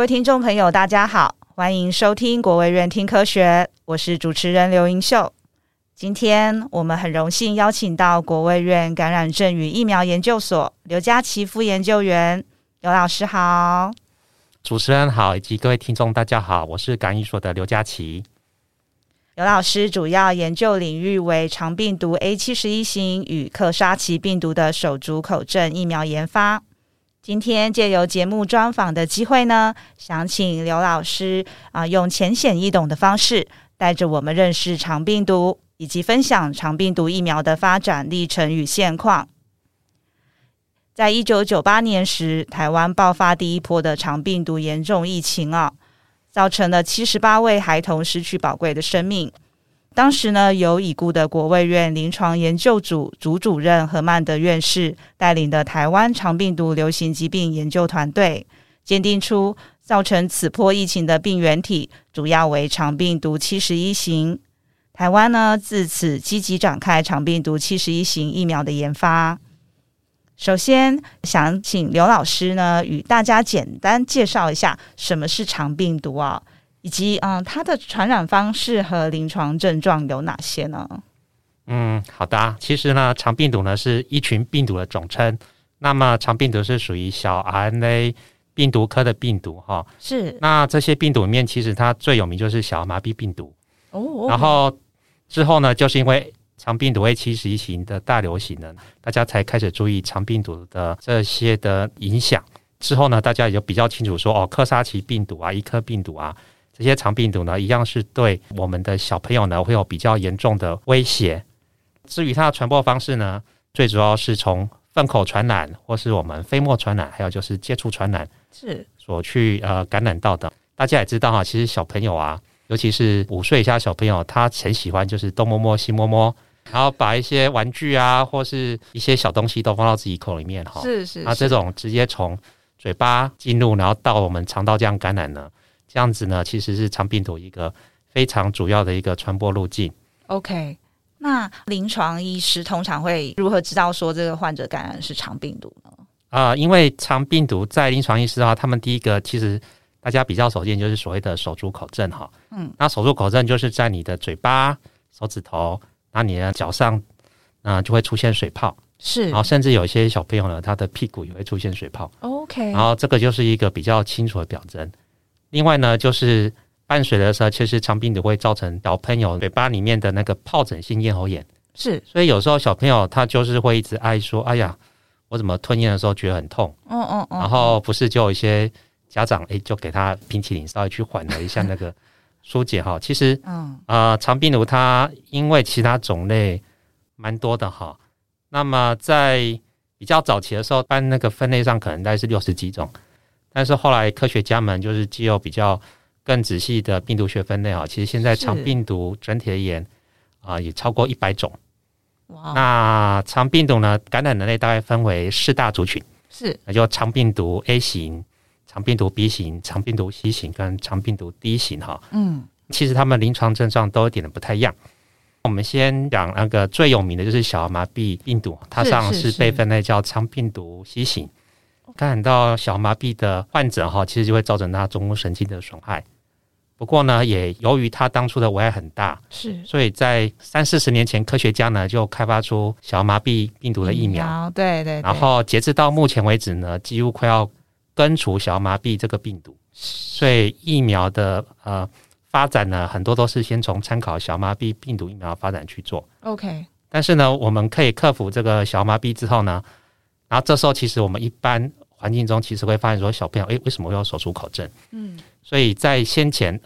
位听众朋友大家好，欢迎收听国卫院听科学，我是主持人刘盈秀。今天我们很荣幸邀请到国卫院感染症与疫苗研究所刘佳琪副研究员。刘老师好。 主持人好，以及各位听众大家好，我是感医所的刘佳琪。 刘老师主要研究领域为肠病毒 A71 型与克沙奇病毒的手足口症疫苗研发。今天借由节目专访的机会呢，想请刘老师用浅显易懂的方式带着我们认识肠病毒，以及分享肠病毒疫苗的发展历程与现况。在1998年时，台湾爆发第一波的肠病毒严重疫情造成了78位孩童失去宝贵的生命。当时呢，由已故的国卫院临床研究组组主任何曼德院士带领的台湾肠病毒流行疾病研究团队，鉴定出造成此波疫情的病原体主要为肠病毒71型。台湾呢，自此积极展开肠病毒71型疫苗的研发。首先想请刘老师呢与大家简单介绍一下什么是肠病毒以及它的传染方式和临床症状有哪些呢？ 好的。其实呢，肠病毒呢是一群病毒的总称。那么肠病毒是属于小 RNA 病毒科的病毒是。 那这些病毒里面，其实它最有名就是小儿麻痹病毒。然后之后呢，就是因为肠病毒 A71 型的大流行呢，大家才开始注意肠病毒的这些的影响。之后呢，大家也就比较清楚说，克沙奇病毒伊科病毒这些肠病毒呢，一样是对我们的小朋友呢会有比较严重的威胁。至于它的传播方式呢，最主要是从粪口传染，或是我们飞沫传染，还有就是接触传染是所去感染到的。大家也知道其实小朋友尤其是5岁以下小朋友，他很喜欢就是东摸摸西摸摸，然后把一些玩具或是一些小东西都放到自己口里面是这种直接从嘴巴进入，然后到我们肠道这样感染呢，这样子呢其实是肠病毒一个非常主要的一个传播路径。 OK， 那临床医师通常会如何知道说这个患者感染是肠病毒呢？ 因为肠病毒在临床医师他们第一个其实大家比较熟见就是所谓的手足口症那手足口症就是在你的嘴巴、手指头，那你的脚上就会出现水泡， 是， 然后甚至有一些小朋友呢，他的屁股也会出现水泡。 OK， 然后这个就是一个比较清楚的表征。另外呢，就是伴随的时候，其实肠病毒会造成小朋友嘴巴里面的那个疱疹性咽喉炎， 是， 所以有时候小朋友他就是会一直哀说，哎呀，我怎么吞咽的时候觉得很痛，然后不是就有一些家长就给他冰淇淋稍微去缓和一下那个疏解其实肠病毒它因为其他种类蛮多的那么在比较早期的时候，按那个分类上可能大概是60几种，但是后来科学家们就是既有比较更仔细的病毒学分类其实现在肠病毒整体而言也超过100种。那肠病毒呢，感染人类大概分为4大族群， 是， 那就肠病毒 A 型、肠病毒 B 型、肠病毒 C 型跟肠病毒 D 型其实他们临床症状都有点的不太一样。我们先讲那个最有名的就是小儿麻痹病毒，它上是被分类叫肠病毒 C 型。感染到小儿麻痹的患者其实就会造成他中枢神经的损害。不过呢，也由于他当初的危害很大， 是， 所以在30-40年前，科学家呢就开发出小儿麻痹病毒的疫苗。 对， 然后截至到目前为止呢，几乎快要根除小儿麻痹这个病毒。所以疫苗的发展呢，很多都是先从参考小儿麻痹病毒疫苗发展去做。 OK， 但是呢，我们可以克服这个小儿麻痹之后呢，然后这时候其实我们一般环境中其实会发现说，小朋友为什么会有手足口症？所以在先前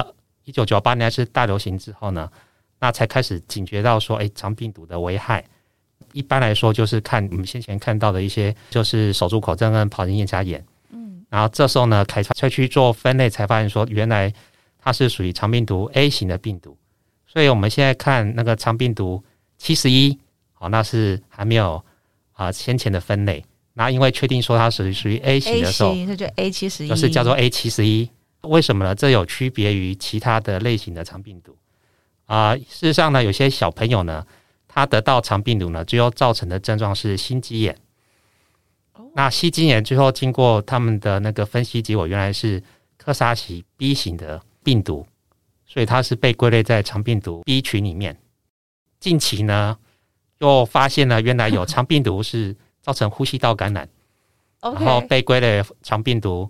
1998年是大流行之后呢，那才开始警觉到说肠病毒的危害。一般来说就是看我们先前看到的一些就是手足口症跟疱疹咽峡炎，然后这时候呢才去做分类，才发现说原来它是属于肠病毒 A 型的病毒。所以我们现在看那个肠病毒71那是还没有先前的分类。那因为确定说它属于 A 型的时候， A 型，就 A71， 就是叫做 A71。为什么呢？这有区别于其他的类型的肠病毒事实上呢，有些小朋友呢，他得到肠病毒呢，最后造成的症状是心肌炎。那心肌炎最后经过他们的那个分析结果，原来是克沙奇 B 型的病毒，所以它是被归类在肠病毒 B 群里面。近期呢，又发现了原来有肠病毒是造成呼吸道感染，然后被归类肠病毒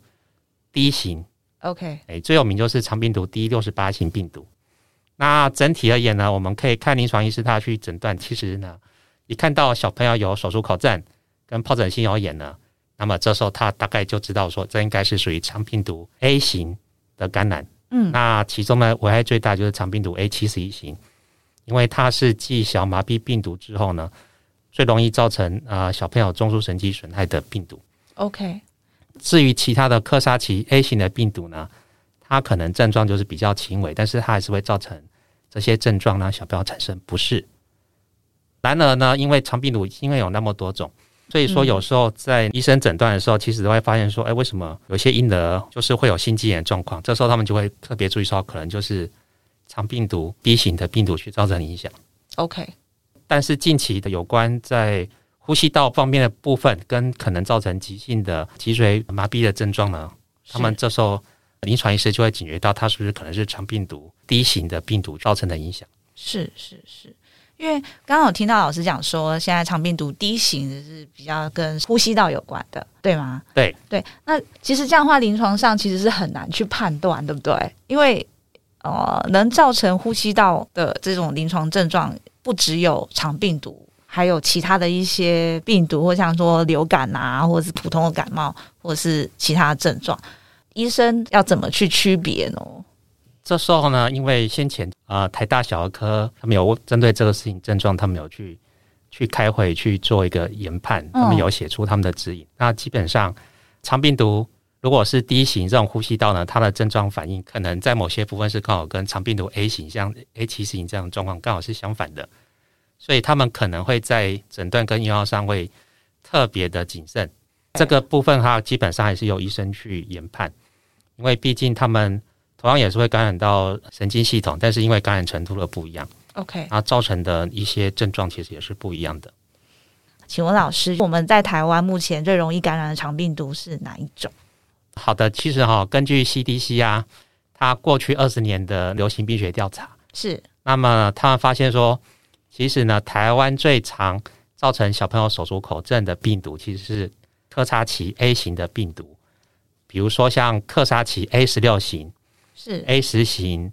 D 型。 OK， 最有名就是肠病毒 D68 型病毒。那整体而言呢，我们可以看临床医师他去诊断，其实呢，一看到小朋友有手足口症跟疱疹性腰炎呢，那么这时候他大概就知道说，这应该是属于肠病毒 A 型的感染。那其中呢，危害最大就是肠病毒 A71 型，因为它是继小麻痹病毒之后呢，最容易造成小朋友中枢神经损害的病毒。 OK， 至于其他的克沙奇 A 型的病毒呢，它可能症状就是比较轻微，但是它还是会造成这些症状让小朋友产生不适。然而呢，因为肠病毒因为有那么多种，所以说有时候在医生诊断的时候，其实都会发现说，为什么有些婴儿就是会有心肌炎状况？这时候他们就会特别注意说，可能就是肠病毒 B 型的病毒去造成影响。 OK， 但是近期的有关在呼吸道方面的部分，跟可能造成急性的脊髓麻痹的症状呢，他们这时候临床医师就会警觉到，它是不是可能是肠病毒 D 型的病毒造成的影响。 是，因为刚刚有听到老师讲说，现在肠病毒 D 型的是比较跟呼吸道有关的，对吗？ 对， 那其实这样的话，临床上其实是很难去判断，对不对？因为能造成呼吸道的这种临床症状，不只有肠病毒，还有其他的一些病毒，或像说流感啊，或者是普通的感冒，或者是其他的症状，医生要怎么去区别呢？ 这时候呢，因为先前台大小儿科他们有针对这个事情症状，他们有去开会去做一个研判，他们有写出他们的指引。那基本上肠病毒如果是 D 型这种呼吸道呢，它的症状反应可能在某些部分是刚好跟肠病毒 A 型像 A7 型这样的状况刚好是相反的，所以他们可能会在诊断跟用药上会特别的谨慎。这个部分它基本上还是由医生去研判，因为毕竟他们同样也是会感染到神经系统，但是因为感染程度的不一样 ，OK， 然后造成的一些症状其实也是不一样的。 请问老师，我们在台湾目前最容易感染的肠病毒是哪一种？ 好的，其实根据 CDC 它过去20年的流行病学调查， 是， 那么他们发现说，其实呢，台湾最常造成小朋友手足口症的病毒其实是克沙奇 A 型的病毒，比如说像克沙奇 A16 型。 是 A10 型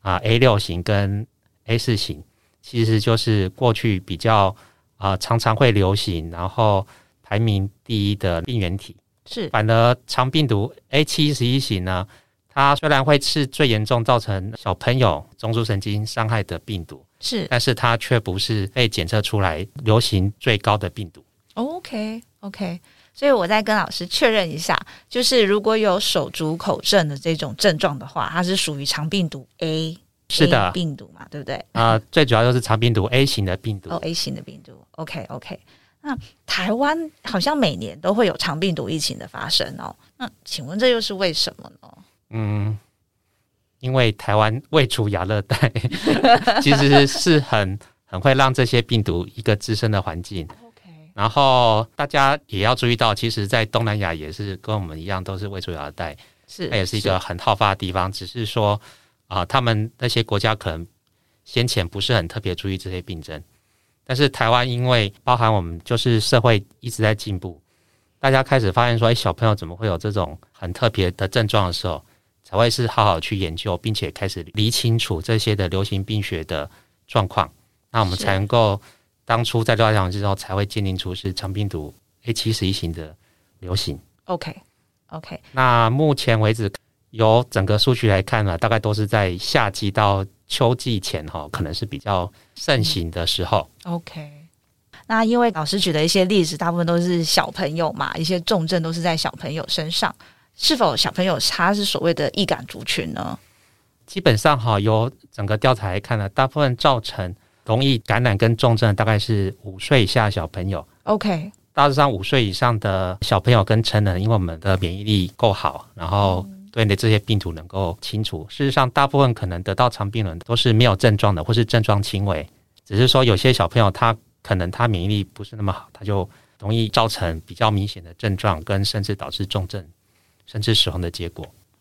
A6 型跟 A4 型，其实就是过去比较常常会流行，然后排名第一的病原体。 是， 反而肠病毒 A71 型呢，它虽然会是最严重造成小朋友中枢神经伤害的病毒， 是， 但是它却不是被检测出来流行最高的病毒。 OK， 所以我再跟老师确认一下，就是如果有手足口症的这种症状的话，它是属于肠病毒 A， 是的 A 病毒嘛，对不对？ 最主要就是肠病毒 A 型的病毒。 A 型的病毒。OK， 那台湾好像每年都会有肠病毒疫情的发生哦，那请问这又是为什么呢？ 因为台湾位处亚热带，其实是很会让这些病毒一个滋生的环境。然后大家也要注意到，其实在东南亚也是跟我们一样，都是位处亚热带，它也是一个很好发的地方，只是说他们那些国家可能先前不是很特别注意这些病症，但是台湾因为包含我们就是社会一直在进步，大家开始发现说，小朋友怎么会有这种很特别的症状的时候，才会是好好去研究，并且开始理清楚这些的流行病学的状况，那我们才能够当初在调查之后才会鉴定出是肠病毒 A71 型的流行。 OK， 那目前为止由整个数据来看呢，大概都是在夏季到秋季前可能是比较盛行的时候。 OK， 那因为老师举的一些例子大部分都是小朋友嘛，一些重症都是在小朋友身上，是否小朋友他是所谓的易感族群呢？ 基本上由整个调查来看呢，大部分造成容易感染跟重症大概是5岁以下的小朋友。 OK， 大致上5岁以上的小朋友跟成人，因为我们的免疫力够好，然后对这些病毒能够清除，事实上大部分可能得到肠病人都是没有症状的，或是症状轻微，只是说有些小朋友他可能他免疫力不是那么好，他就容易造成比较明显的症状，跟甚至导致重症甚至死亡的结果。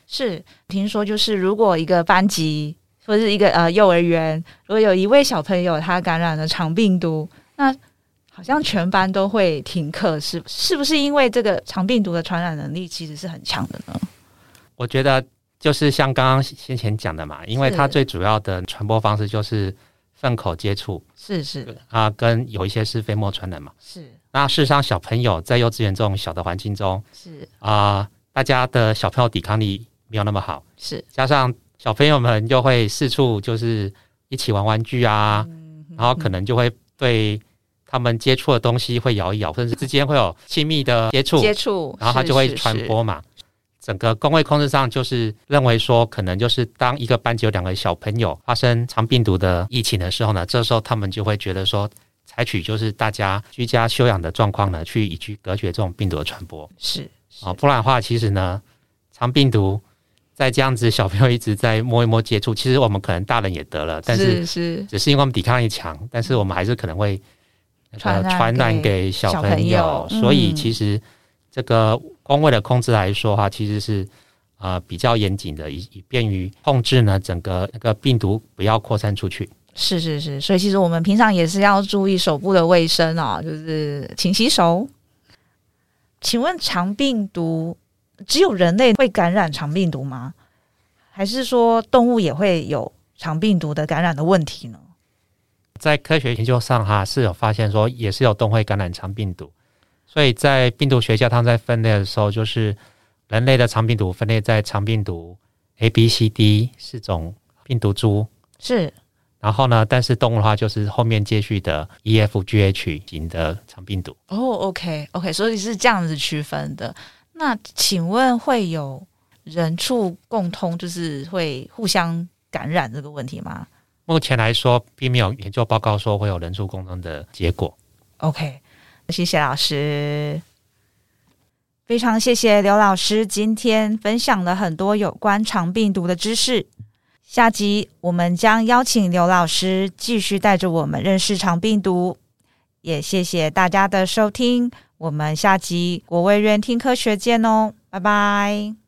是听说就是如果一个班级或是一个幼儿园，如果有一位小朋友他感染了肠病毒，那好像全班都会停课，是不是因为这个肠病毒的传染能力其实是很强的呢？ 我觉得就是像刚刚先前讲的嘛，因为它最主要的传播方式就是粪口接触， 是跟有一些是飞沫传染嘛。 是。 那事实上，小朋友在幼稚园这种小的环境中， 是大家的小朋友抵抗力没有那么好， 是加上小朋友们又会四处就是一起玩玩具啊，然后可能就会对他们接触的东西会咬一咬，甚至之间会有亲密的接触，然后它就会传播嘛。整个公卫控制上就是认为说，可能就是当一个班级有2个小朋友发生肠病毒的疫情的时候呢，这时候他们就会觉得说，采取就是大家居家休养的状况呢，以去隔绝这种病毒的传播。 是不然的话，其实呢，肠病毒在这样子小朋友一直在摸一摸接触，其实我们可能大人也得了，但是只是因为我们抵抗力强，但是我们还是可能会传染给小朋友，所以其实这个公卫的控制来说的话，其实是比较严谨的，以便于控制呢整个那个病毒不要扩散出去。 是，所以其实我们平常也是要注意手部的卫生就是勤洗手。请问肠病毒只有人类会感染肠病毒吗？还是说动物也会有肠病毒的感染的问题呢？ 在科学研究上是有发现说也是有动物会感染肠病毒，所以在病毒学家他们在分类的时候，就是人类的肠病毒分类在肠病毒 A、B、C、D 4种病毒株， 是。 然后呢，但是动物的话就是后面接续的 E、F、G、H 型的肠病毒。 OK， 所以是这样子区分的。那请问会有人畜共通，就是会互相感染这个问题吗？ 目前来说，并没有研究报告说会有人畜共通的结果。 OK， 谢谢老师。非常谢谢刘老师今天分享了很多有关肠病毒的知识。下集我们将邀请刘老师继续带着我们认识肠病毒，也谢谢大家的收听，我们下集国卫院听科学见哦，拜拜。